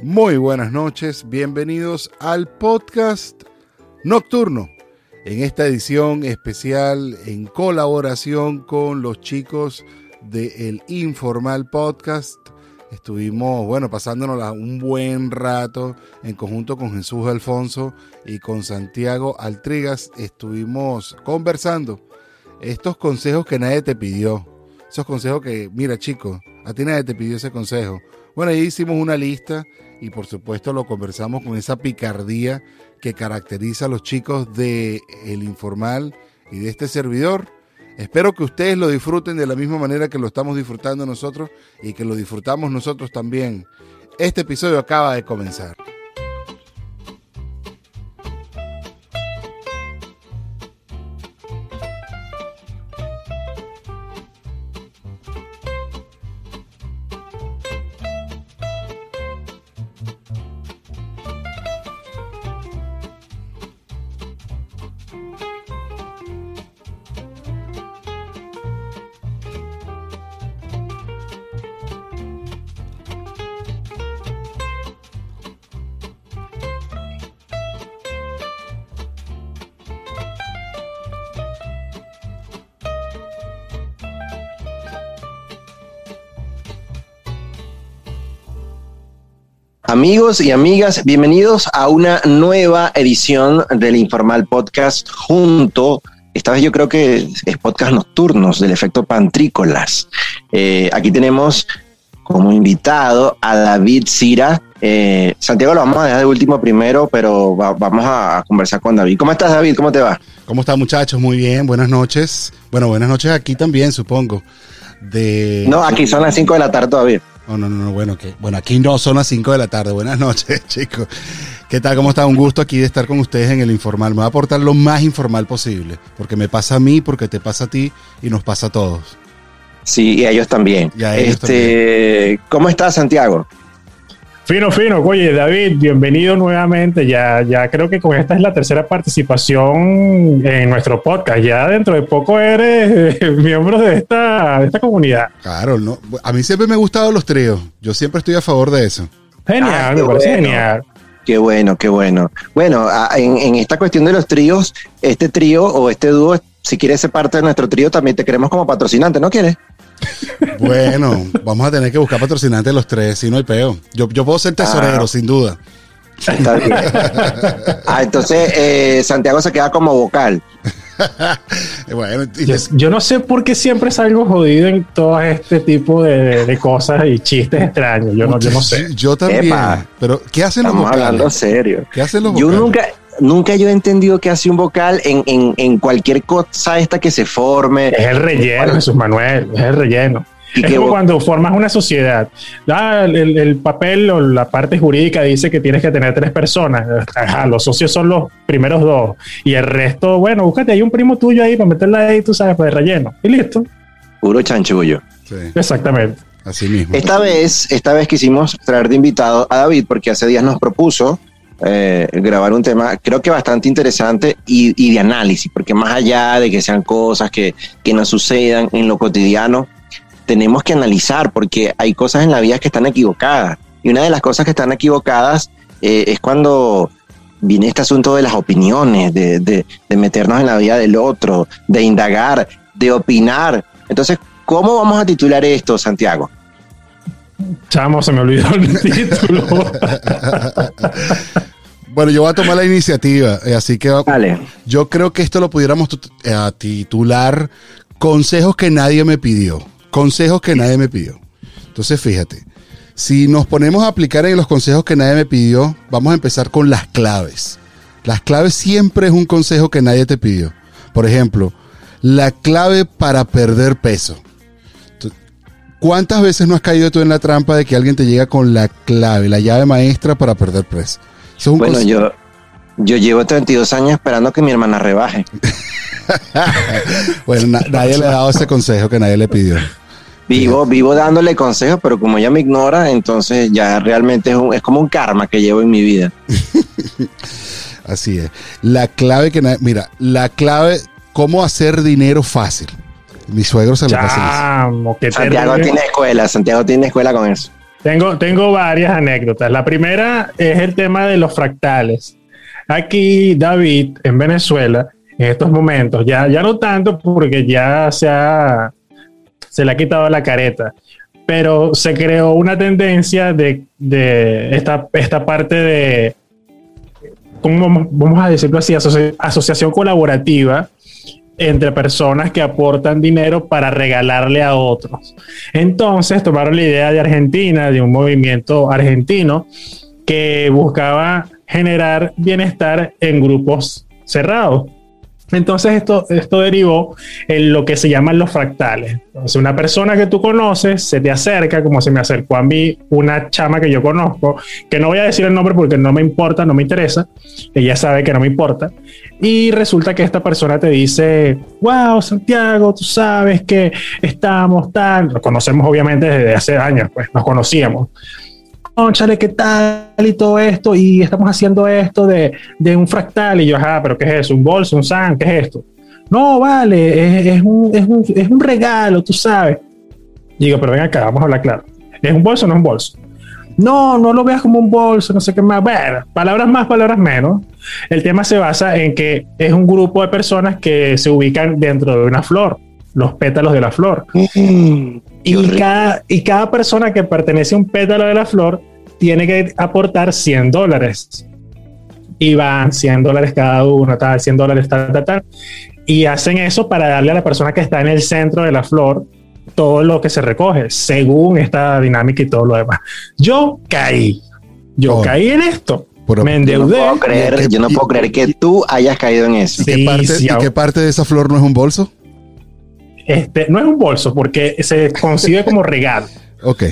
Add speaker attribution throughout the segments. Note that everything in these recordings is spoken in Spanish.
Speaker 1: Muy buenas noches, bienvenidos al podcast nocturno. En esta edición especial en colaboración con los chicos de El Informal Podcast. Estuvimos, pasándonos un buen rato en conjunto con Jesús Alfonso y con Santiago Altrigas. Estuvimos conversando estos consejos que nadie te pidió. Esos consejos que, mira chico, a ti nadie te pidió ese consejo. Bueno, ahí hicimos una lista y por supuesto lo conversamos con esa picardía que caracteriza a los chicos de El Informal y de este servidor. Espero que ustedes lo disfruten de la misma manera que lo estamos disfrutando nosotros y que lo disfrutamos nosotros también. Este episodio acaba de comenzar.
Speaker 2: Amigos y amigas, bienvenidos a una nueva edición del Informal Podcast esta vez yo creo que es podcast nocturnos del efecto Pantrícolas. Aquí tenemos como invitado a David Cira. Santiago lo vamos a dejar de último primero, pero vamos a conversar con David. ¿Cómo estás, David? ¿Cómo te va?
Speaker 1: ¿Cómo están, muchachos? Muy bien, buenas noches. Bueno, buenas noches aquí también, supongo.
Speaker 2: No, aquí son las 5 de la tarde todavía.
Speaker 1: No, bueno, aquí no son las 5 de la tarde. Buenas noches, chicos. ¿Qué tal? ¿Cómo está? Un gusto aquí de estar con ustedes en El Informal. Me voy a portar lo más informal posible, porque me pasa a mí, porque te pasa a ti y nos pasa a todos.
Speaker 2: Sí, y a ellos también.
Speaker 1: También.
Speaker 2: ¿Cómo estás, Santiago?
Speaker 3: Fino. Oye, David, bienvenido nuevamente. Ya creo que con esta es la tercera participación en nuestro podcast. Ya dentro de poco eres miembro de esta comunidad.
Speaker 1: Claro, no. A mí siempre me han gustado los tríos. Yo siempre estoy a favor de eso.
Speaker 3: Genial, me parece genial.
Speaker 2: Qué bueno. Bueno, en esta cuestión de los tríos, este trío o este dúo, si quieres ser parte de nuestro trío, también te queremos como patrocinante, ¿no quieres?
Speaker 1: Bueno, vamos a tener que buscar patrocinantes los tres, si no hay peo. Yo puedo ser tesorero, sin duda.
Speaker 2: Está bien. Entonces Santiago se queda como vocal.
Speaker 1: Bueno,
Speaker 3: yo no sé por qué siempre salgo jodido en todo este tipo de cosas y chistes extraños. Yo no sé.
Speaker 1: Yo también. Epa, pero ¿qué hacen los vocales?
Speaker 2: Estamos hablando serio.
Speaker 1: ¿Qué hacen los vocales?
Speaker 2: Nunca yo he entendido qué hace un vocal en cualquier cosa esta que se forme.
Speaker 3: Es el relleno, Jesús Manuel, es el relleno. Es como cuando formas una sociedad. El papel o la parte jurídica dice que tienes que tener 3 personas. Ajá, los socios son los primeros 2. Y el resto, bueno, búscate ahí un primo tuyo ahí para meterla ahí, tú sabes, pues de relleno. Y listo.
Speaker 2: Puro chanchullo.
Speaker 1: Sí.
Speaker 3: Exactamente.
Speaker 1: Así mismo.
Speaker 2: Esta vez quisimos traer de invitado a David porque hace días nos propuso grabar un tema creo que bastante interesante y de análisis, porque más allá de que sean cosas que nos sucedan en lo cotidiano, tenemos que analizar porque hay cosas en la vida que están equivocadas, y una de las cosas que están equivocadas es cuando viene este asunto de las opiniones, de meternos en la vida del otro, de indagar, de opinar. Entonces, ¿cómo vamos a titular esto, Santiago?
Speaker 3: Chamo, se me olvidó el título.
Speaker 1: Bueno, yo voy a tomar la iniciativa, así que
Speaker 2: Dale.
Speaker 1: Yo creo que esto lo pudiéramos titular Consejos que nadie me pidió. Consejos que nadie me pidió. Entonces, fíjate, si nos ponemos a aplicar en los consejos que nadie me pidió, vamos a empezar con las claves. Las claves siempre es un consejo que nadie te pidió. Por ejemplo, la clave para perder peso. ¿Cuántas veces no has caído tú en la trampa de que alguien te llega con la clave, la llave maestra para perder peso?
Speaker 2: Bueno, yo llevo 32 años esperando que mi hermana rebaje.
Speaker 1: Bueno, nadie le ha dado ese consejo que nadie le pidió.
Speaker 2: Vivo dándole consejos, pero como ella me ignora, entonces ya realmente es como un karma que llevo en mi vida.
Speaker 1: Así es. La clave la clave, cómo hacer dinero fácil. Mi suegro se lo facilita.
Speaker 2: Santiago tiene escuela con eso.
Speaker 3: Tengo varias anécdotas. La primera es el tema de los fractales. Aquí, David, en Venezuela, en estos momentos, ya no tanto porque ya se le ha quitado la careta, pero se creó una tendencia de esta parte de, ¿cómo vamos a decirlo así? Asociación colaborativa entre personas que aportan dinero para regalarle a otros. Entonces tomaron la idea de Argentina, de un movimiento argentino que buscaba generar bienestar en grupos cerrados. Entonces esto derivó en lo que se llaman los fractales. Entonces una persona que tú conoces se te acerca, como se me acercó a mí una chama que yo conozco, que no voy a decir el nombre porque no me importa, no me interesa, ella sabe que no me importa, y resulta que esta persona te dice, wow, Santiago, tú sabes que estamos tal, nos conocemos obviamente desde hace años, pues nos conocíamos. Cónchale, ¿qué tal? Y todo esto, y estamos haciendo esto de un fractal. Y yo, ajá, ¿pero qué es eso? ¿Un bolso? ¿Un SAN? ¿Qué es esto? No, vale, es un regalo, tú sabes. Y digo, pero ven acá, vamos a hablar claro. ¿Es un bolso o no es un bolso? No lo veas como un bolso, no sé qué más. Bueno, palabras más, palabras menos. El tema se basa en que es un grupo de personas que se ubican dentro de una flor, los pétalos de la flor. Y cada persona que pertenece a un pétalo de la flor tiene que aportar $100. Y van $100 cada uno, tal, $100, tal. Y hacen eso para darle a la persona que está en el centro de la flor todo lo que se recoge, según esta dinámica y todo lo demás. Yo caí en esto. Me endeudé.
Speaker 2: Yo no puedo creer que tú hayas caído en eso.
Speaker 1: ¿Y qué parte de esa flor no es un bolso?
Speaker 3: No es un bolso porque se concibe como regalo.
Speaker 1: Ok.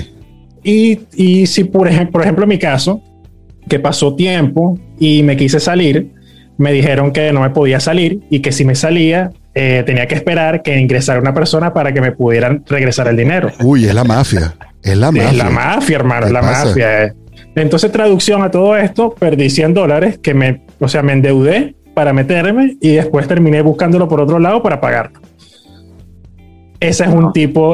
Speaker 3: Y si por ejemplo en mi caso, que pasó tiempo y me quise salir, me dijeron que no me podía salir y que si me salía tenía que esperar que ingresara una persona para que me pudieran regresar el dinero.
Speaker 1: Uy, es la mafia. Es la
Speaker 3: mafia, hermano, es la mafia. Entonces, traducción a todo esto, perdí $100 que me endeudé para meterme y después terminé buscándolo por otro lado para pagarlo. Ese es un tipo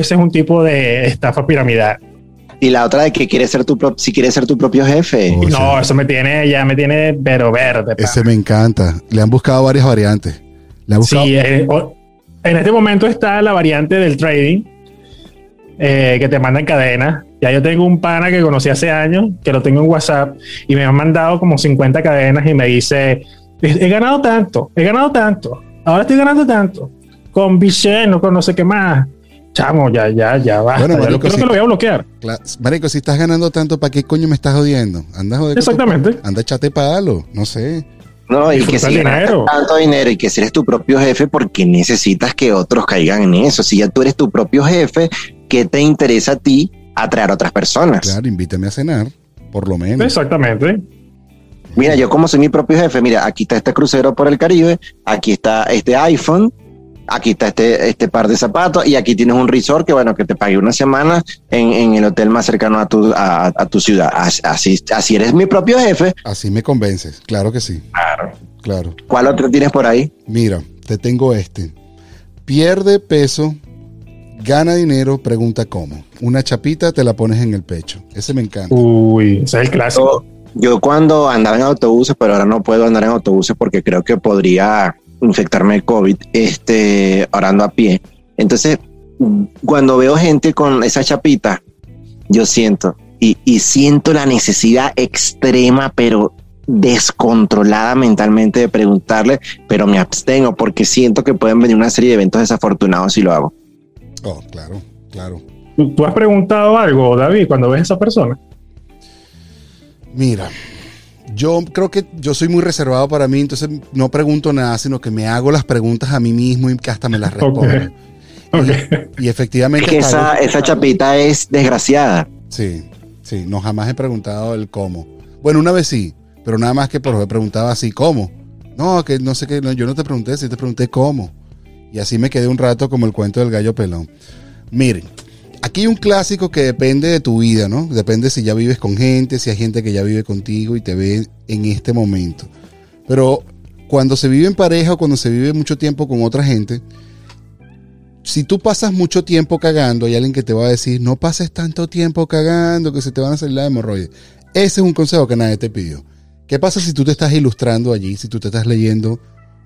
Speaker 3: de estafa piramidal.
Speaker 2: Y la otra de que quieres ser si quieres ser tu propio jefe.
Speaker 3: No, eso me tiene pero verde.
Speaker 1: Ese me encanta. Le han buscado varias variantes.
Speaker 3: Sí, en este momento está la variante del trading, que te mandan cadenas. Ya yo tengo un pana que conocí hace años, que lo tengo en WhatsApp, y me han mandado como 50 cadenas y me dice, he ganado tanto, ahora estoy ganando tanto. Con Viceno, con no sé qué más. Chamo, ya basta. Bueno, marico, creo que lo voy a bloquear.
Speaker 1: Marico, si estás ganando tanto, ¿para qué coño me estás jodiendo? Anda a joder.
Speaker 3: Exactamente.
Speaker 1: Anda, échate palo, no sé.
Speaker 2: No, y que si ganas tanto dinero y que si eres tu propio jefe, porque necesitas que otros caigan en eso. Si ya tú eres tu propio jefe, ¿qué te interesa a ti atraer a otras personas?
Speaker 1: Claro, invítame a cenar, por lo menos.
Speaker 3: Exactamente.
Speaker 2: Mira, yo como soy mi propio jefe, mira, aquí está este crucero por el Caribe, aquí está este iPhone, aquí está este par de zapatos y aquí tienes un resort que bueno, que te pague una semana en el hotel más cercano a tu ciudad. Así eres mi propio jefe.
Speaker 1: Así me convences, claro que sí. Claro.
Speaker 2: ¿Cuál otro tienes por ahí?
Speaker 1: Mira, te tengo este. Pierde peso, gana dinero, pregunta cómo. Una chapita te la pones en el pecho. Ese me encanta.
Speaker 3: Uy, ese es el clásico.
Speaker 2: Yo cuando andaba en autobuses, pero ahora no puedo andar en autobuses porque creo que podría infectarme de COVID, ahora ando a pie. Entonces, cuando veo gente con esa chapita, yo siento y siento la necesidad extrema, pero descontrolada mentalmente de preguntarle, pero me abstengo porque siento que pueden venir una serie de eventos desafortunados si lo hago.
Speaker 1: Oh, claro.
Speaker 3: ¿Tú has preguntado algo, David, cuando ves a esa persona?
Speaker 1: Mira, yo creo que yo soy muy reservado para mí, entonces no pregunto nada, sino que me hago las preguntas a mí mismo y que hasta me las respondo.
Speaker 3: Okay.
Speaker 1: Y efectivamente...
Speaker 2: Es que esa chapita es desgraciada.
Speaker 1: Sí, no, jamás he preguntado el cómo. Bueno, una vez sí, pero nada más que preguntaba así, ¿cómo? No, que no sé qué, no, yo no te pregunté, sí te pregunté cómo. Y así me quedé un rato como el cuento del gallo pelón. Miren, aquí hay un clásico que depende de tu vida, ¿no? Depende si ya vives con gente, si hay gente que ya vive contigo y te ve en este momento. Pero cuando se vive en pareja o cuando se vive mucho tiempo con otra gente, si tú pasas mucho tiempo cagando, hay alguien que te va a decir, no pases tanto tiempo cagando que se te van a salir las hemorroides. Ese es un consejo que nadie te pidió. ¿Qué pasa si tú te estás ilustrando allí, si tú te estás leyendo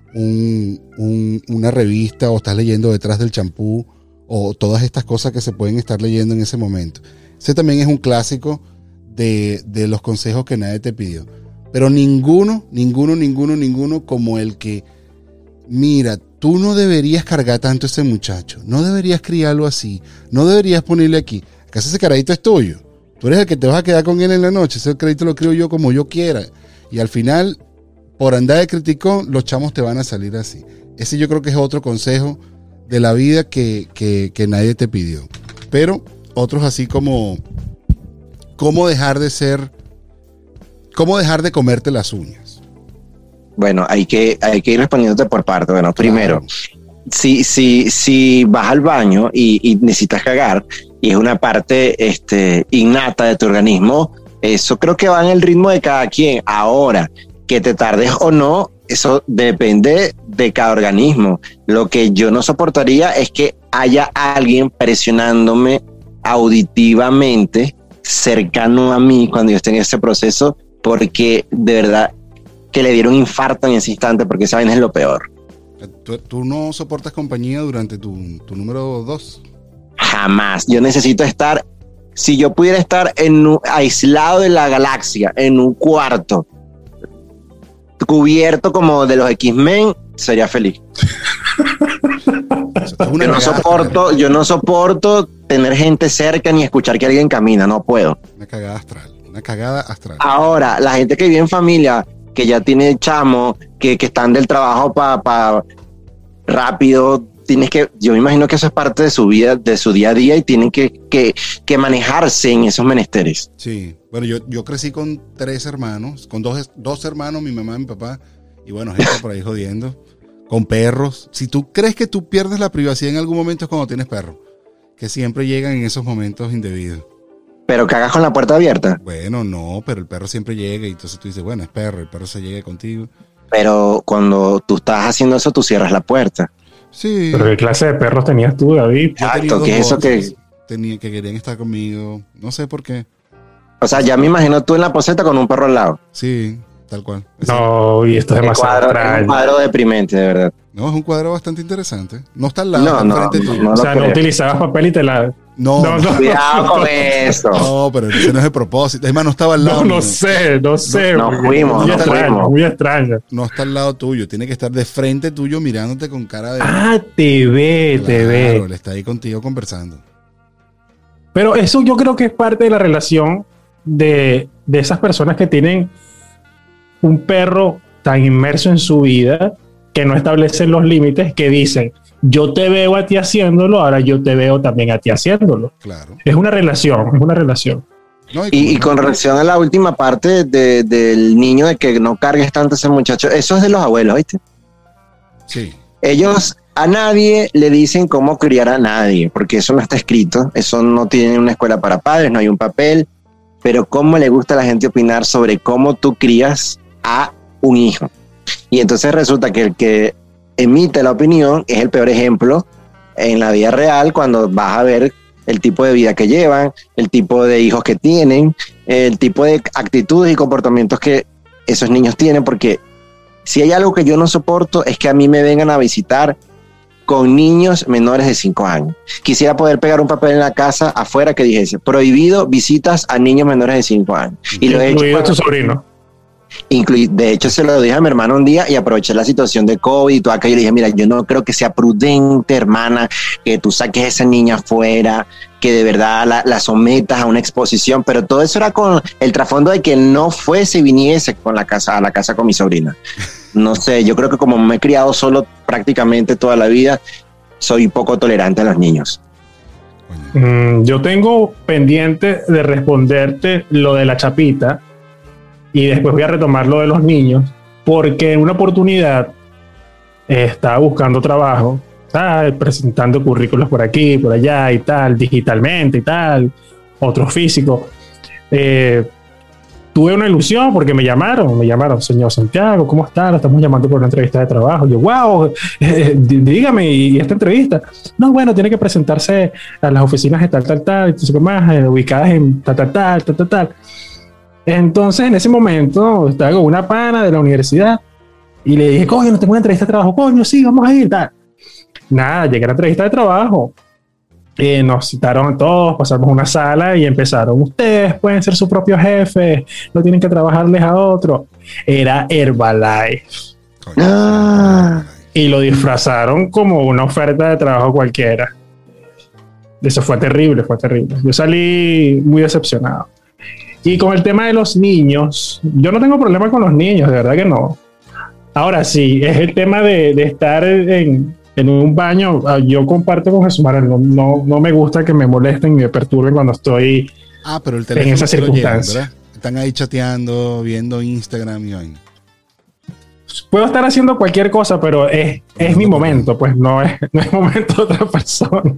Speaker 1: una revista o estás leyendo detrás del champú o todas estas cosas que se pueden estar leyendo en ese momento? Ese también es un clásico de los consejos que nadie te pidió. Pero ninguno como el que, mira, tú no deberías cargar tanto a ese muchacho, no deberías criarlo así, no deberías ponerle aquí. ¿Acaso ese crédito es tuyo? Tú eres el que te vas a quedar con él en la noche, ese crédito lo crío yo como yo quiera. Y al final, por andar de criticón, los chamos te van a salir así. Ese yo creo que es otro consejo de la vida que nadie te pidió. Pero otros así como cómo dejar de comerte las uñas.
Speaker 2: Bueno, hay que ir respondiéndote por parte. Bueno, primero, si vas al baño y necesitas cagar y es una parte innata de tu organismo, eso creo que va en el ritmo de cada quien. Ahora, que te tardes o no, eso depende de cada organismo. Lo que yo no soportaría es que haya alguien presionándome auditivamente cercano a mí cuando yo esté en ese proceso, porque de verdad que le dieron infarto en ese instante, porque saben es lo peor.
Speaker 1: ¿Tú no soportas compañía durante tu número 2?
Speaker 2: Jamás. Yo necesito estar, si yo pudiera estar aislado de la galaxia, en un cuarto, cubierto como de los X-Men, sería feliz. Yo no soporto tener gente cerca ni escuchar que alguien camina, no puedo.
Speaker 1: Una cagada astral.
Speaker 2: Ahora, la gente que vive en familia, que ya tiene chamo, que están del trabajo para rápido, yo me imagino que eso es parte de su vida, de su día a día, y tienen que manejarse en esos menesteres.
Speaker 1: Sí, bueno, yo crecí con 3 hermanos, con dos hermanos, mi mamá y mi papá, y bueno, gente por ahí jodiendo, con perros. Si tú crees que tú pierdes la privacidad en algún momento es cuando tienes perro, que siempre llegan en esos momentos indebidos.
Speaker 2: ¿Pero cagas con la puerta abierta?
Speaker 1: Bueno, no, pero el perro siempre llega y entonces tú dices, bueno, es perro, el perro se llega contigo.
Speaker 2: Pero cuando tú estás haciendo eso, tú cierras la puerta.
Speaker 1: Sí.
Speaker 3: ¿Pero qué clase de perros tenías tú, David?
Speaker 2: Exacto, ¿qué es eso que
Speaker 1: querían estar conmigo? No sé por qué.
Speaker 2: O sea, ya me imagino tú en la poseta con un perro al lado.
Speaker 1: Sí, tal cual.
Speaker 3: No, y esto es demasiado extraño.
Speaker 2: Es un cuadro deprimente, de verdad.
Speaker 1: No, es un cuadro bastante interesante. No está al lado, frente tuyo.
Speaker 3: No, o sea, no utilizabas papel y te la...
Speaker 1: No.
Speaker 2: Cuidado con eso.
Speaker 1: No, pero ese no es el propósito. Es más, no estaba al lado.
Speaker 3: No sé.
Speaker 2: Nos fuimos.
Speaker 3: Muy extraño.
Speaker 1: No está al lado tuyo. Tiene que estar de frente tuyo mirándote con cara de...
Speaker 3: te ve.
Speaker 1: Él está ahí contigo conversando.
Speaker 3: Pero eso yo creo que es parte de la relación de esas personas que tienen un perro tan inmerso en su vida que no establecen los límites, que dicen, yo te veo a ti haciéndolo, ahora yo te veo también a ti haciéndolo.
Speaker 1: Claro.
Speaker 3: Es una relación.
Speaker 2: No, y con relación a la última parte del niño, de que no cargues tanto a ese muchacho, eso es de los abuelos, ¿viste?
Speaker 1: Sí.
Speaker 2: Ellos a nadie le dicen cómo criar a nadie, porque eso no está escrito, eso no tiene una escuela para padres, no hay un papel, pero cómo le gusta a la gente opinar sobre cómo tú crías a un hijo. Y entonces resulta que el que emite la opinión es el peor ejemplo en la vida real, cuando vas a ver el tipo de vida que llevan, el tipo de hijos que tienen, el tipo de actitudes y comportamientos que esos niños tienen, porque si hay algo que yo no soporto es que a mí me vengan a visitar con niños menores de 5 años. Quisiera poder pegar un papel en la casa afuera que dijese, prohibido visitas a niños menores de 5 años. Y lo he hecho
Speaker 3: a tu sobrino.
Speaker 2: De hecho, se lo dije a mi hermano un día y aproveché la situación de COVID y todo aquello. Y le dije, mira, yo no creo que sea prudente, hermana, que tú saques a esa niña afuera, que de verdad la sometas a una exposición. Pero todo eso era con el trasfondo de que no fuese y viniese a la casa con mi sobrina. No sé, yo creo que como me he criado solo prácticamente toda la vida, soy poco tolerante a los niños.
Speaker 3: Yo tengo pendiente de responderte lo de la chapita. Y después voy a retomar lo de los niños, porque en una oportunidad estaba buscando trabajo, presentando currículos por aquí, por allá y tal, digitalmente y tal, otros físicos. tuve una ilusión porque me llamaron, señor Santiago, ¿cómo está? Lo estamos llamando por una entrevista de trabajo. Yo, wow, dígame, ¿y esta entrevista? No, bueno, tiene que presentarse a las oficinas de tal, y más, ubicadas en tal. Entonces, en ese momento, estaba con una pana de la universidad y le dije, coño, no tengo una entrevista de trabajo. Coño, sí, vamos a ir, tal. Nada, llegué a la entrevista de trabajo. Nos citaron a todos, pasamos a una sala y empezaron. Ustedes pueden ser su propio jefe, no tienen que trabajarles a otro. Era Herbalife. Y lo disfrazaron como una oferta de trabajo cualquiera. Eso fue terrible. Yo salí muy decepcionado. Y con el tema de los niños, yo no tengo problema con los niños, de verdad que no. Ahora sí, es el tema de estar en un baño. Yo comparto con Jesús Manuel, no me gusta que me molesten y me perturben cuando estoy
Speaker 1: pero el teléfono
Speaker 3: en esas circunstancias.
Speaker 1: Llevan, están ahí chateando, viendo Instagram y vaina.
Speaker 3: Puedo estar haciendo cualquier cosa, pero es mi momento, pues no es momento de otra persona.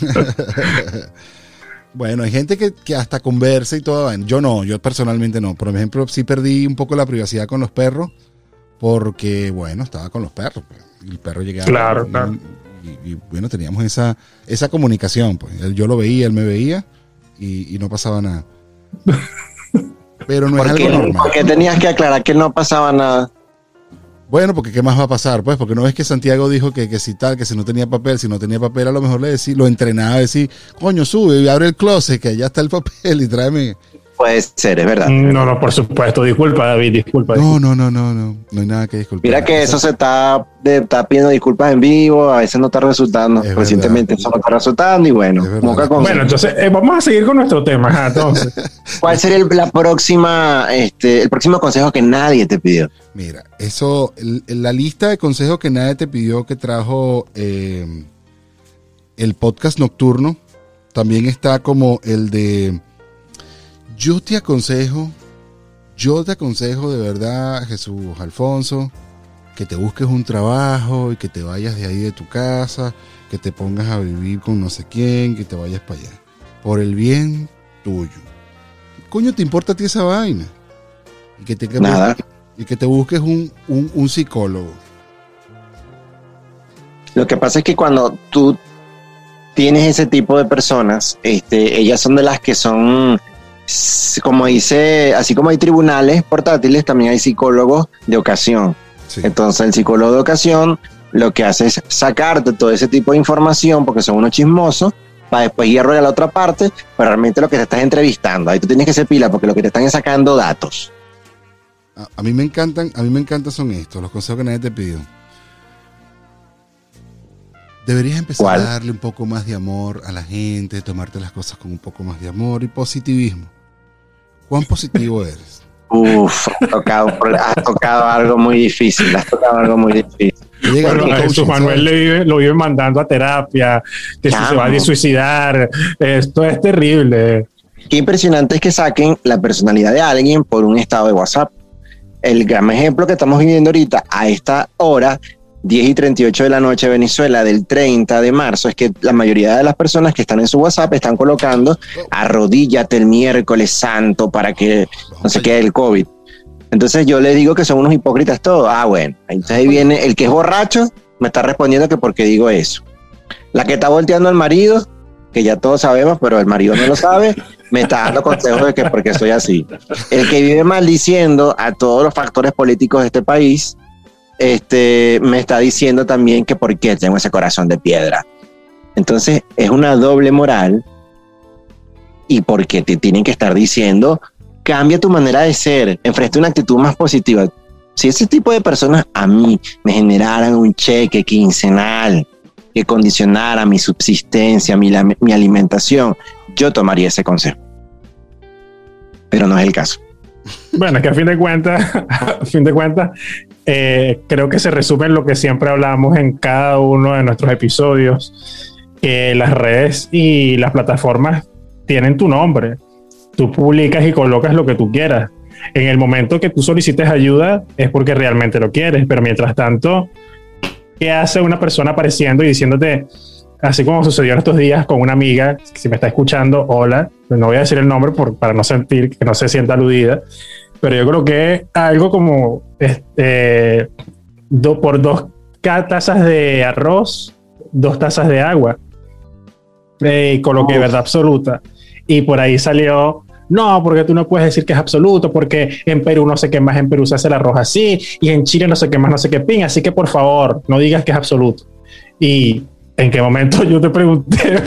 Speaker 1: Bueno, hay gente que hasta conversa y todo. Yo personalmente no. Por ejemplo, sí perdí un poco la privacidad con los perros porque, bueno, estaba con los perros, pues. El perro llegaba.
Speaker 3: Claro.
Speaker 1: Y bueno, teníamos esa comunicación, pues. Yo lo veía, él me veía y no pasaba nada. Pero no es algo normal.
Speaker 2: ¿Por qué tenías que aclarar que no pasaba nada?
Speaker 1: Bueno, porque ¿qué más va a pasar? Pues porque no ves que Santiago dijo que si tal, que si no tenía papel, a lo mejor lo entrenaba a decir, coño, sube y abre el closet, que allá está el papel y tráeme.
Speaker 2: Puede ser, es verdad.
Speaker 3: No, por supuesto. Disculpa, David, disculpa.
Speaker 1: No hay nada que disculpar.
Speaker 2: Mira que eso se está pidiendo disculpas en vivo, a veces no está resultando. Recientemente eso no está resultando y bueno.
Speaker 3: Bueno, entonces vamos a seguir con nuestro tema. Entonces,
Speaker 2: ¿cuál sería el próximo consejo que nadie te pidió?
Speaker 1: Mira, eso, la lista de consejos que nadie te pidió que trajo el podcast nocturno, también está como el de yo te aconsejo de verdad, Jesús Alfonso, que te busques un trabajo y que te vayas de ahí de tu casa, que te pongas a vivir con no sé quién, que te vayas para allá, por el bien tuyo. ¿Qué coño te importa a ti esa vaina?
Speaker 2: Nada.
Speaker 1: Y que te busques un psicólogo.
Speaker 2: Lo que pasa es que cuando tú tienes ese tipo de personas, ellas son de las que son, como dice, así como hay tribunales portátiles, también hay psicólogos de ocasión. Sí. Entonces el psicólogo de ocasión lo que hace es sacarte todo ese tipo de información porque son unos chismosos para después ir a la otra parte, pero realmente lo que te estás entrevistando, ahí tú tienes que ser pila porque lo que te están es sacando datos.
Speaker 1: A mí me encantan son estos, los consejos que nadie te pidió. Deberías empezar a darle un poco más de amor a la gente, tomarte las cosas con un poco más de amor y positivismo. ¿Cuán positivo eres?
Speaker 2: Has tocado algo muy difícil.
Speaker 3: Bueno, Jesús Manuel lo vive mandando a terapia, que si se va a suicidar. Esto es terrible.
Speaker 2: Qué impresionante es que saquen la personalidad de alguien por un estado de WhatsApp. El gran ejemplo que estamos viviendo ahorita a esta hora, 10:38 de la noche de Venezuela, del 30 de marzo, es que la mayoría de las personas que están en su WhatsApp están colocando arrodíllate el miércoles santo para que no se quede el COVID. Entonces yo le digo que son unos hipócritas todos. Bueno, entonces ahí viene el que es borracho, me está respondiendo que porque digo eso. La que está volteando al marido, que ya todos sabemos, pero el marido no lo sabe, me está dando consejos de que porque soy así. El que vive maldiciendo a todos los factores políticos de este país, me está diciendo también que por qué tengo ese corazón de piedra. Entonces es una doble moral y porque te tienen que estar diciendo cambia tu manera de ser, enfrenta una actitud más positiva. Si ese tipo de personas a mí me generaran un cheque quincenal que condicionara mi subsistencia, mi alimentación, yo tomaría ese consejo. Pero no es el caso.
Speaker 3: Bueno, es que a fin de cuentas, creo que se resume en lo que siempre hablamos en cada uno de nuestros episodios, que las redes y las plataformas tienen tu nombre. Tú publicas y colocas lo que tú quieras. En el momento que tú solicites ayuda es porque realmente lo quieres, pero mientras tanto, ¿qué hace una persona apareciendo y diciéndote, así como sucedió en estos días con una amiga, si me está escuchando, hola, no voy a decir el nombre para no sentir que no se sienta aludida, pero yo creo que algo como por 2 tazas de arroz, 2 tazas de agua. Coloqué verdad absoluta. Y por ahí salió, no, porque tú no puedes decir que es absoluto, porque en Perú no sé qué más, en Perú se hace el arroz así, y en Chile no sé qué más, no sé qué pin, así que por favor, no digas que es absoluto. Y ¿en qué momento yo te pregunté?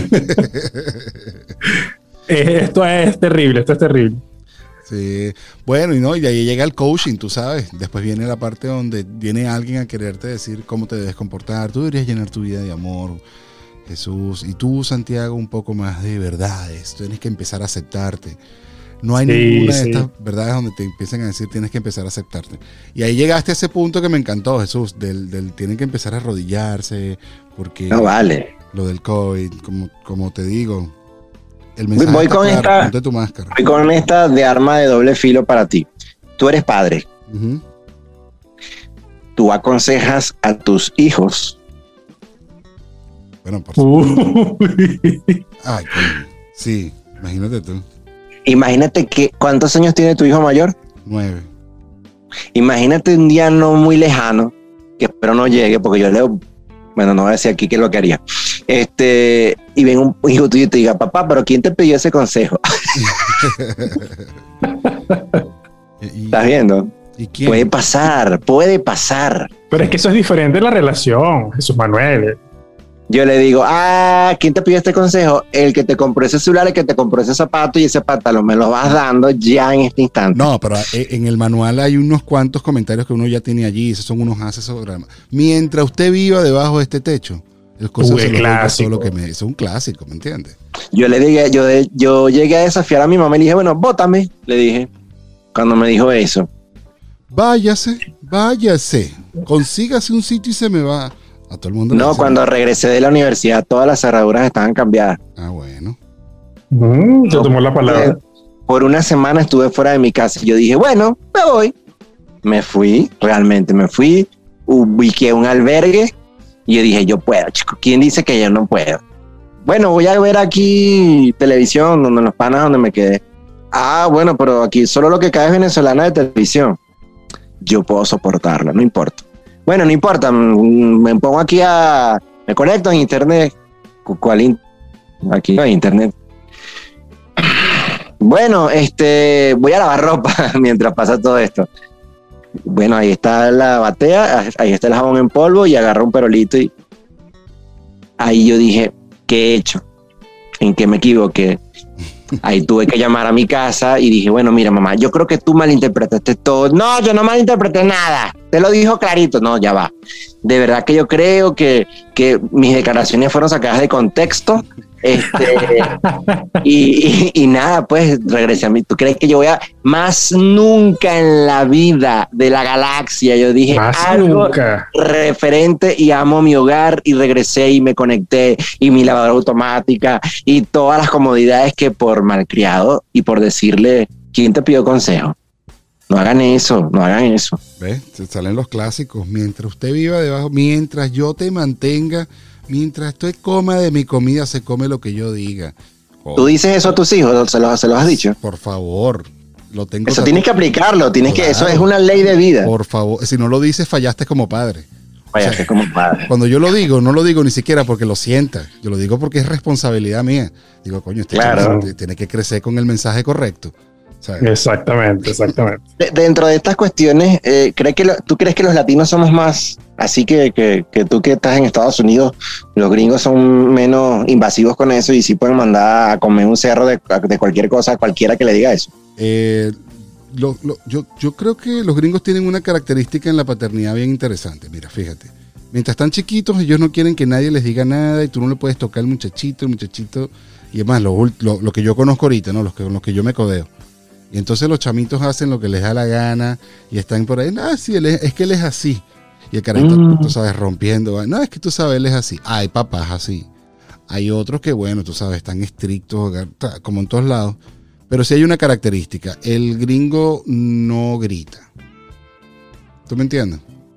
Speaker 3: Esto es terrible, esto es terrible.
Speaker 1: Sí, bueno, y de ahí llega el coaching, tú sabes. Después viene la parte donde viene alguien a quererte decir cómo te debes comportar. Tú deberías llenar tu vida de amor, Jesús. Y tú, Santiago, un poco más de verdades. Tienes que empezar a aceptarte. No hay ninguna de estas verdades donde te empiezan a decir tienes que empezar a aceptarte. Y ahí llegaste a ese punto que me encantó, Jesús, del tienen que empezar a arrodillarse, porque
Speaker 2: no vale.
Speaker 1: Lo del COVID, como te digo, el mensaje
Speaker 2: voy con
Speaker 1: claro, ponte tu máscara.
Speaker 2: Voy con esta de arma de doble filo para ti. Tú eres padre.
Speaker 1: Uh-huh.
Speaker 2: Tú aconsejas a tus hijos.
Speaker 1: Bueno, por supuesto. Ay, sí, imagínate tú.
Speaker 2: Imagínate que ¿cuántos años tiene tu hijo mayor?
Speaker 1: 9.
Speaker 2: Imagínate un día no muy lejano, que espero no llegue, porque yo leo, bueno, no voy a decir aquí qué es lo que haría. Y ven un hijo tuyo y te diga, papá, pero ¿quién te pidió ese consejo? ¿Estás viendo?
Speaker 1: ¿Y quién?
Speaker 2: Puede pasar.
Speaker 3: Pero es que eso es diferente en la relación, Jesús Manuel.
Speaker 2: Yo le digo, ¿quién te pidió este consejo? El que te compró ese celular, el que te compró ese zapato y ese pantalón, me lo vas dando ya en este instante.
Speaker 1: No, pero en el manual hay unos cuantos comentarios que uno ya tiene allí, esos son unos asesoramas. Mientras usted viva debajo de este techo, el consejo se lo todo lo que me es un clásico, ¿me entiendes?
Speaker 2: Yo le dije, yo llegué a desafiar a mi mamá y le dije, bueno, bótame, le dije, cuando me dijo eso.
Speaker 1: Váyase, consígase un sitio y se me va. A todo el mundo.
Speaker 2: No, cuando regresé de la universidad, todas las cerraduras estaban cambiadas.
Speaker 1: Ah, bueno.
Speaker 3: Te tomó la palabra.
Speaker 2: Por una semana estuve fuera de mi casa y yo dije, bueno, me voy. Me fui, realmente me fui, ubiqué un albergue y yo dije, yo puedo, chico. ¿Quién dice que yo no puedo? Bueno, voy a ver aquí televisión, donde los panas donde me quedé. Bueno, pero aquí solo lo que cae es venezolana de televisión. Yo puedo soportarla, no importa. Bueno, no importa, me pongo aquí me conecto en internet. ¿Cuál aquí no hay internet? Bueno, voy a lavar ropa mientras pasa todo esto. Bueno, ahí está la batea, ahí está el jabón en polvo y agarro un perolito y ahí yo dije, ¿qué he hecho? ¿En qué me equivoqué? Ahí tuve que llamar a mi casa y dije, bueno, mira, mamá, yo creo que tú malinterpretaste todo. No, yo no malinterpreté nada. Te lo dijo clarito. No, ya va. De verdad que yo creo que mis declaraciones fueron sacadas de contexto. Y nada, pues regresé a mí. ¿Tú crees que yo voy a más nunca en la vida de la galaxia? Yo dije
Speaker 3: más
Speaker 2: algo
Speaker 3: nunca
Speaker 2: referente y amo mi hogar y regresé y me conecté y mi lavadora automática y todas las comodidades que por malcriado y por decirle, ¿quién te pidió consejo? No hagan eso.
Speaker 1: ¿Ves? Se salen los clásicos. Mientras usted viva debajo, mientras yo te mantenga, mientras usted coma de mi comida, se come lo que yo diga.
Speaker 2: ¿Tú dices eso a tus hijos? ¿Se los has dicho?
Speaker 1: Por favor, lo tengo.
Speaker 2: Eso tienes que aplicarlo, eso es una ley de vida.
Speaker 1: Por favor, si no lo dices, fallaste como padre.
Speaker 2: Fallaste como padre.
Speaker 1: Cuando yo lo digo, no lo digo ni siquiera porque lo sienta. Yo lo digo porque es responsabilidad mía. Digo, coño,
Speaker 2: claro,
Speaker 1: tiene que crecer con el mensaje correcto. ¿Sabes?
Speaker 3: Exactamente.
Speaker 2: Dentro de estas cuestiones, ¿tú crees que los latinos somos más, así que tú que estás en Estados Unidos, los gringos son menos invasivos con eso y sí pueden mandar a comer un cerro de cualquier cosa a cualquiera que le diga eso?
Speaker 1: Yo creo que los gringos tienen una característica en la paternidad bien interesante. Mira, fíjate, mientras están chiquitos ellos no quieren que nadie les diga nada y tú no le puedes tocar al muchachito, y además lo que yo conozco ahorita, ¿no? Los que yo me codeo. Y entonces los chamitos hacen lo que les da la gana y están por ahí, sí, es que él es así. Y el carajito, tú sabes, rompiendo. No, es que tú sabes, él es así. Hay papás así. Hay otros que, bueno, tú sabes, están estrictos, como en todos lados. Pero sí hay una característica. El gringo no grita. ¿Tú me entiendes?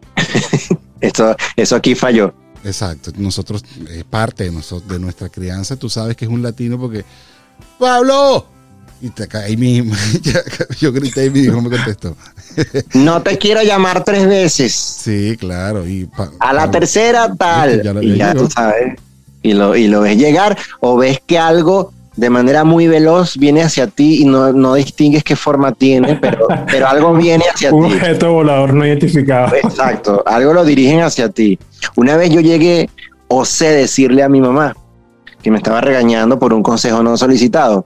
Speaker 2: Eso aquí falló.
Speaker 1: Exacto. Nosotros, es parte de nuestra crianza. Tú sabes que es un latino porque... ¡Pablo! Y te caí mismo. Yo grité y mi hijo me contestó.
Speaker 2: No te quiero llamar 3 veces.
Speaker 1: Sí, claro.
Speaker 2: A la tercera tal. Y ya tú sabes. Y lo ves llegar o ves que algo de manera muy veloz viene hacia ti y no distingues qué forma tiene, pero algo viene hacia ti.
Speaker 3: Un objeto volador no identificado.
Speaker 2: Exacto. Algo lo dirigen hacia ti. Una vez yo llegué, osé decirle a mi mamá que me estaba regañando por un consejo no solicitado.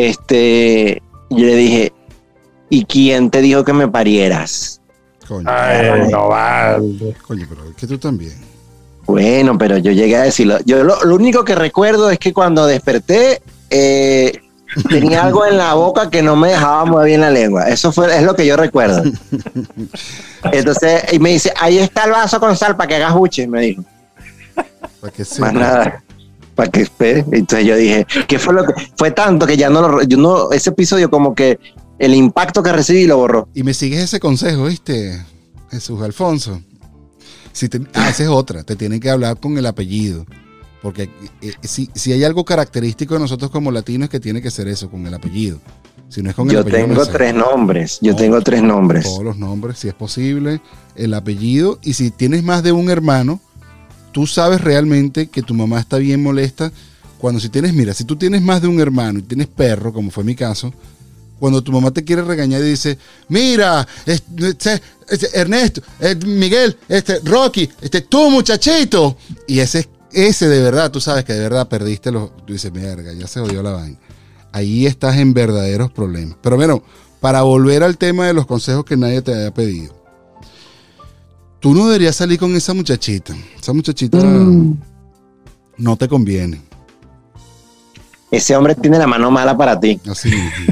Speaker 2: Yo le dije, ¿y quién te dijo que me parieras?
Speaker 1: Coño.
Speaker 3: Ay, no vale.
Speaker 1: Coño, pero es que tú también.
Speaker 2: Bueno, pero yo llegué a decirlo. Yo lo único que recuerdo es que cuando desperté, tenía algo en la boca que no me dejaba mover bien la lengua. Es lo que yo recuerdo. Entonces, y me dice, ahí está el vaso con sal para que hagas buche, me dijo.
Speaker 1: Para que
Speaker 2: más nada. Para que espere. Entonces yo dije, ¿qué fue lo que fue tanto que ya ese episodio como que el impacto que recibí lo borró?
Speaker 1: Y me sigues ese consejo, ¿viste? Jesús Alfonso. Esa es otra, te tienen que hablar con el apellido. Porque si hay algo característico de nosotros como latinos es que tiene que ser eso, con el apellido. Si no es con el apellido.
Speaker 2: Tengo 3 nombres. Yo tengo 3 nombres.
Speaker 1: Todos los nombres, si es posible, el apellido. Y si tienes más de un hermano, tú sabes realmente que tu mamá está bien molesta cuando si tú tienes más de un hermano y tienes perro, como fue mi caso, cuando tu mamá te quiere regañar y dice, mira, Ernesto, Miguel, Rocky, tú muchachito, y ese de verdad, tú sabes que de verdad perdiste tú dices, mierda, ya se jodió la vaina. Ahí estás en verdaderos problemas. Pero bueno, para volver al tema de los consejos que nadie te haya pedido. Tú no deberías salir con esa muchachita. Esa muchachita no te conviene.
Speaker 2: Ese hombre tiene la mano mala para ti.
Speaker 1: Así.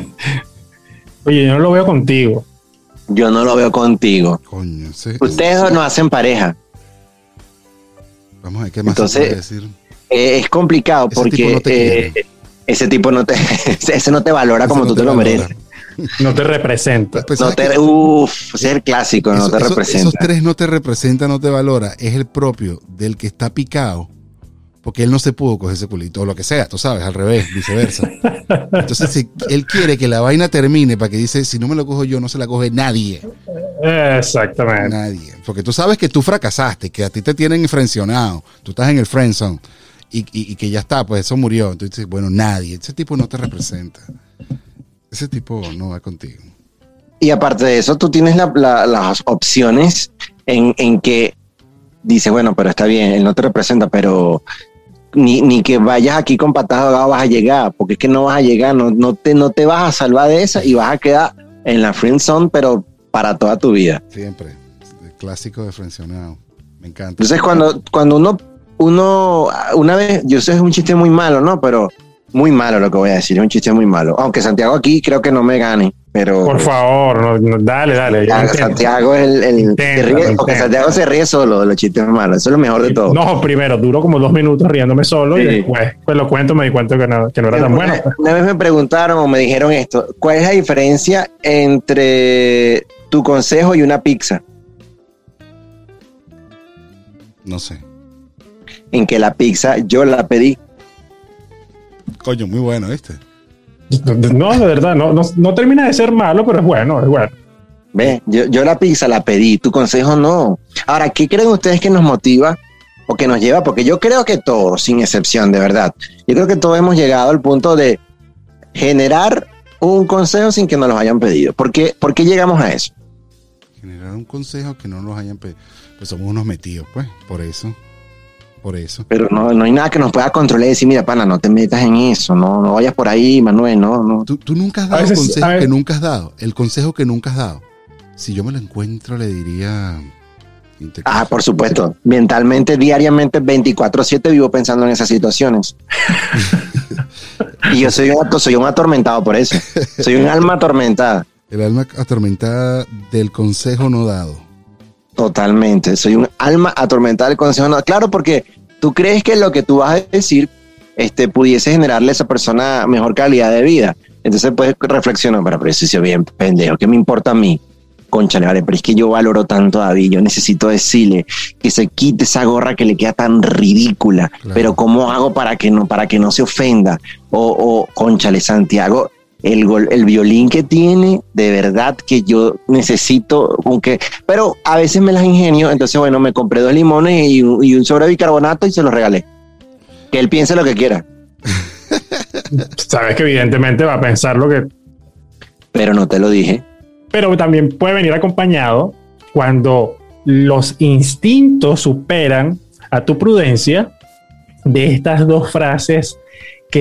Speaker 3: Oye, yo no lo veo contigo.
Speaker 2: Yo no lo veo contigo.
Speaker 1: Coño,
Speaker 2: ustedes no hacen pareja.
Speaker 1: Vamos a ver qué más
Speaker 2: entonces,
Speaker 1: se puede decir.
Speaker 2: Es complicado porque ese tipo no te valora como tú te lo mereces.
Speaker 3: No te representa.
Speaker 1: Pues,
Speaker 2: ese es el clásico, no te representa.
Speaker 1: Esos 3 no te representa, no te valora. Es el propio del que está picado. Porque él no se pudo coger ese culito, o lo que sea, tú sabes, al revés, viceversa. Entonces, si él quiere que la vaina termine, para que dice, si no me lo cojo yo, no se la coge nadie.
Speaker 3: Exactamente.
Speaker 1: Nadie. Porque tú sabes que tú fracasaste, que a ti te tienen frencionado, tú estás en el friendzone, y que ya está, pues eso murió. Entonces dices, bueno, nadie, ese tipo no te representa. Ese tipo no va contigo.
Speaker 2: Y aparte de eso, tú tienes las opciones en que dice, bueno, pero está bien, él no te representa, pero ni que vayas aquí con patadas de ahogado vas a llegar, porque es que no vas a llegar, no te vas a salvar de esa y vas a quedar en la friend zone, pero para toda tu vida.
Speaker 1: Siempre, el clásico de frencionado, me encanta.
Speaker 2: Entonces cuando uno una vez, yo sé es un chiste muy malo, ¿no? Pero muy malo lo que voy a decir, es un chiste muy malo, aunque Santiago aquí creo que no me gane. Pero
Speaker 3: por favor, dale.
Speaker 2: Santiago es se ríe, porque Santiago se ríe solo de los chistes malos. Eso es lo mejor de todo.
Speaker 3: No, primero, duró como 2 minutos riéndome solo, sí. Y después, pues lo cuento, me di cuenta que no era tan bueno.
Speaker 2: Una vez me preguntaron o me dijeron esto: ¿cuál es la diferencia entre tu consejo y una pizza?
Speaker 1: No sé.
Speaker 2: En que la pizza yo la pedí.
Speaker 1: Coño, muy bueno, ¿viste?
Speaker 3: No, de verdad, no termina de ser malo, pero es bueno.
Speaker 2: Ve, yo la pizza la pedí, tu consejo no. Ahora, ¿qué creen ustedes que nos motiva o que nos lleva? Porque yo creo que todos, sin excepción, de verdad, yo creo que todos hemos llegado al punto de generar un consejo sin que nos los hayan pedido. ¿Por qué llegamos a eso?
Speaker 1: Generar un consejo que no nos hayan pedido. Pues somos unos metidos, pues, por eso.
Speaker 2: Pero no hay nada que nos pueda controlar y decir, mira, pana, no te metas en eso, no vayas por ahí, Manuel, no.
Speaker 1: Tú nunca has dado el consejo que nunca has dado. El consejo que nunca has dado. Si yo me lo encuentro, le diría...
Speaker 2: por supuesto. Mentalmente, diariamente, 24/7 vivo pensando en esas situaciones. Y yo soy un atormentado por eso. Soy un alma atormentada.
Speaker 1: El alma atormentada del consejo no dado.
Speaker 2: Totalmente, soy un alma atormentada del consejo. No, claro, porque tú crees que lo que tú vas a decir pudiese generarle a esa persona mejor calidad de vida. Entonces puedes reflexionar, pero eso sí, bien pendejo, ¿qué me importa a mí? Cónchale, vale, pero es que yo valoro tanto a David, yo necesito decirle que se quite esa gorra que le queda tan ridícula, claro. Pero ¿cómo hago para que no se ofenda? O cónchale, Santiago, el violín que tiene, de verdad que yo necesito, pero a veces me las ingenio, entonces bueno, me compré 2 limones y un sobre de bicarbonato y se los regalé. Que él piense lo que quiera.
Speaker 3: Sabes que evidentemente va a pensar lo que...
Speaker 2: Pero no te lo dije.
Speaker 3: Pero también puede venir acompañado cuando los instintos superan a tu prudencia, de estas 2 frases que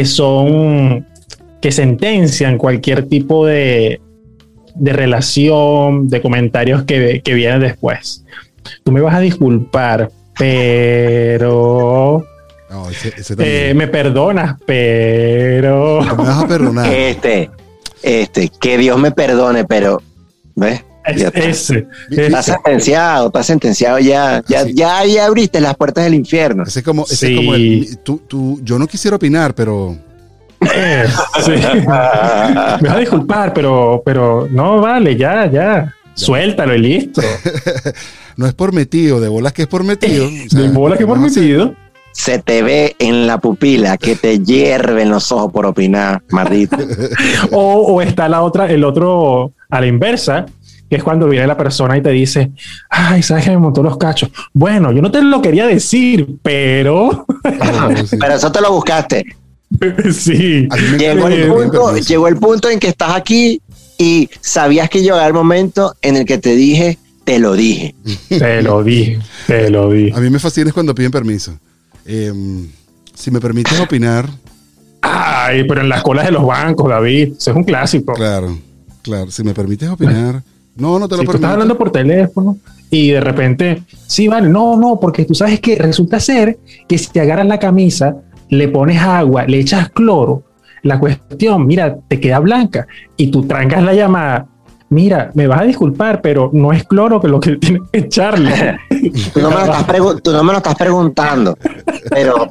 Speaker 3: sentencian cualquier tipo de relación, de comentarios que vienen después. Tú me vas a disculpar, pero...
Speaker 1: No, ese
Speaker 3: me perdonas, pero...
Speaker 1: No me vas a perdonar.
Speaker 2: Que Dios me perdone, pero... ¿Ves? Está sentenciado ya. Ya abriste las puertas del infierno.
Speaker 1: Ese es como yo no quisiera opinar, pero...
Speaker 3: Sí. Me vas a disculpar, pero no vale, ya. Suéltalo y listo.
Speaker 1: No es por metido, de bolas que es por metido.
Speaker 3: De bolas que es por metido.
Speaker 2: Se te ve en la pupila que te hierven los ojos por opinar, maldito.
Speaker 3: o está el otro a la inversa, que es cuando viene la persona y te dice, ay, sabes que me montó los cachos. Bueno, yo no te lo quería decir, pero...
Speaker 2: Sí. Pero eso te lo buscaste.
Speaker 3: Sí.
Speaker 2: Llegó el punto en que estás aquí y sabías que llegaba el momento en el que te dije, te lo dije.
Speaker 3: Te lo dije.
Speaker 1: A mí me fascina cuando piden permiso. Si me permites opinar.
Speaker 3: Ay, pero en las colas de los bancos, David, eso es un clásico.
Speaker 1: Claro. Si me permites opinar. No te lo permito.
Speaker 3: Tú estás hablando por teléfono y de repente, sí, vale, no, porque tú sabes que resulta ser que si te agarras la camisa, le pones agua, le echas cloro, la cuestión, mira, te queda blanca y tú trancas la llamada. Mira, me vas a disculpar, pero no es cloro que lo que tienes que echarle.
Speaker 2: Tú no me lo estás preguntando, pero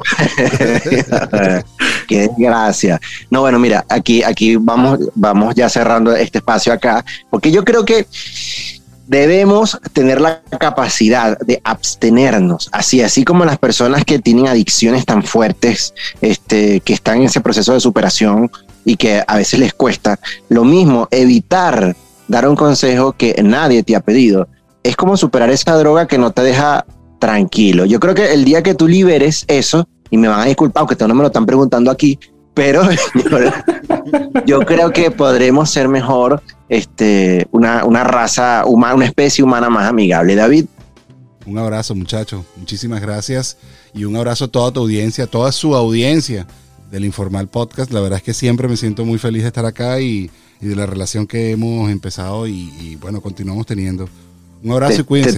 Speaker 2: qué desgracia. No, bueno, mira, aquí vamos ya cerrando este espacio acá, porque yo creo que debemos tener la capacidad de abstenernos, así como las personas que tienen adicciones tan fuertes, que están en ese proceso de superación y que a veces les cuesta. Lo mismo, evitar dar un consejo que nadie te ha pedido. Es como superar esa droga que no te deja tranquilo. Yo creo que el día que tú liberes eso, y me van a disculpar, aunque no me lo están preguntando aquí, pero yo creo que podremos ser mejor una raza humana, una especie humana más amigable. David.
Speaker 1: Un abrazo, muchachos. Muchísimas gracias. Y un abrazo a toda tu audiencia, a toda su audiencia del Informal Podcast. La verdad es que siempre me siento muy feliz de estar acá y de la relación que hemos empezado y bueno, continuamos teniendo. Un abrazo y cuídense.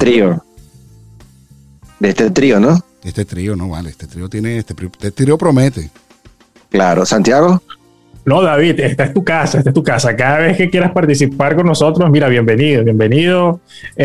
Speaker 2: De este trío, ¿no?
Speaker 1: Este trío, no vale. Este trío promete.
Speaker 2: Claro. ¿Santiago?
Speaker 3: No, David, esta es tu casa. Cada vez que quieras participar con nosotros, mira, bienvenido.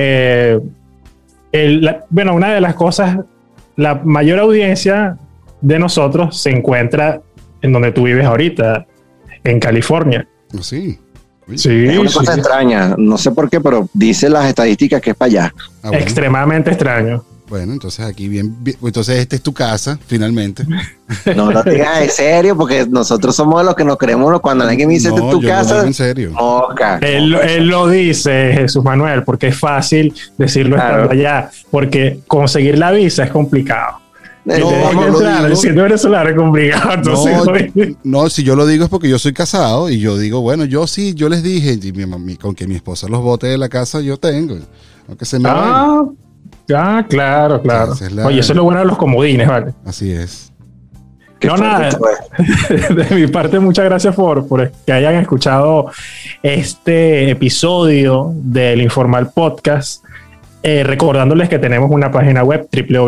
Speaker 3: Bueno, una de las cosas, la mayor audiencia de nosotros se encuentra en donde tú vives ahorita, en California.
Speaker 1: Sí.
Speaker 3: Sí,
Speaker 2: es una cosa extraña, no sé por qué, pero dice las estadísticas que es para allá.
Speaker 1: Bueno.
Speaker 3: Extremadamente extraño.
Speaker 1: Bueno, entonces aquí bien, entonces esta es tu casa, finalmente.
Speaker 2: No lo digas en serio, porque nosotros somos los que nos creemos cuando alguien me dice esta es tu casa.
Speaker 1: No, en serio.
Speaker 3: Él lo dice, Jesús Manuel, porque es fácil decirlo estando allá, porque conseguir la visa es complicado. Siendo venezolano es complicado. Entonces,
Speaker 1: no, si yo lo digo es porque yo soy casado y yo digo, bueno, yo les dije, con que mi esposa los bote de la casa, yo tengo. Aunque se me vayan.
Speaker 3: Claro. Oye, eso es lo bueno de los comodines, ¿vale?
Speaker 1: Así es.
Speaker 3: No, nada. De mi parte, muchas gracias por que hayan escuchado este episodio del Informal Podcast. Recordándoles que tenemos una página web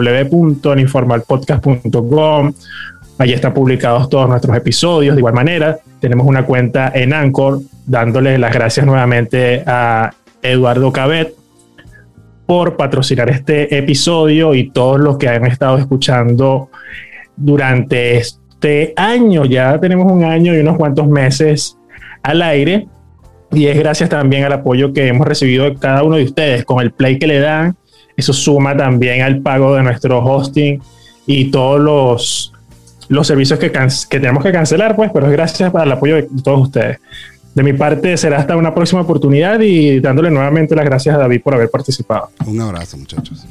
Speaker 3: www.informalpodcast.com. Allí están publicados todos nuestros episodios. De igual manera, tenemos una cuenta en Anchor, dándoles las gracias nuevamente a Eduardo Cabet por patrocinar este episodio y todos los que han estado escuchando durante este año. Ya tenemos un año y unos cuantos meses al aire. Y es gracias también al apoyo que hemos recibido de cada uno de ustedes. Con el play que le dan, eso suma también al pago de nuestro hosting y todos los servicios que tenemos que cancelar, pues, pero es gracias al apoyo de todos ustedes. De mi parte será hasta una próxima oportunidad y dándole nuevamente las gracias a David por haber participado.
Speaker 1: Un abrazo, muchachos.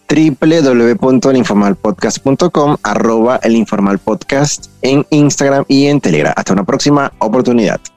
Speaker 2: www.elinformalpodcast.com, @elinformalpodcast en Instagram y en Telegram. Hasta una próxima oportunidad.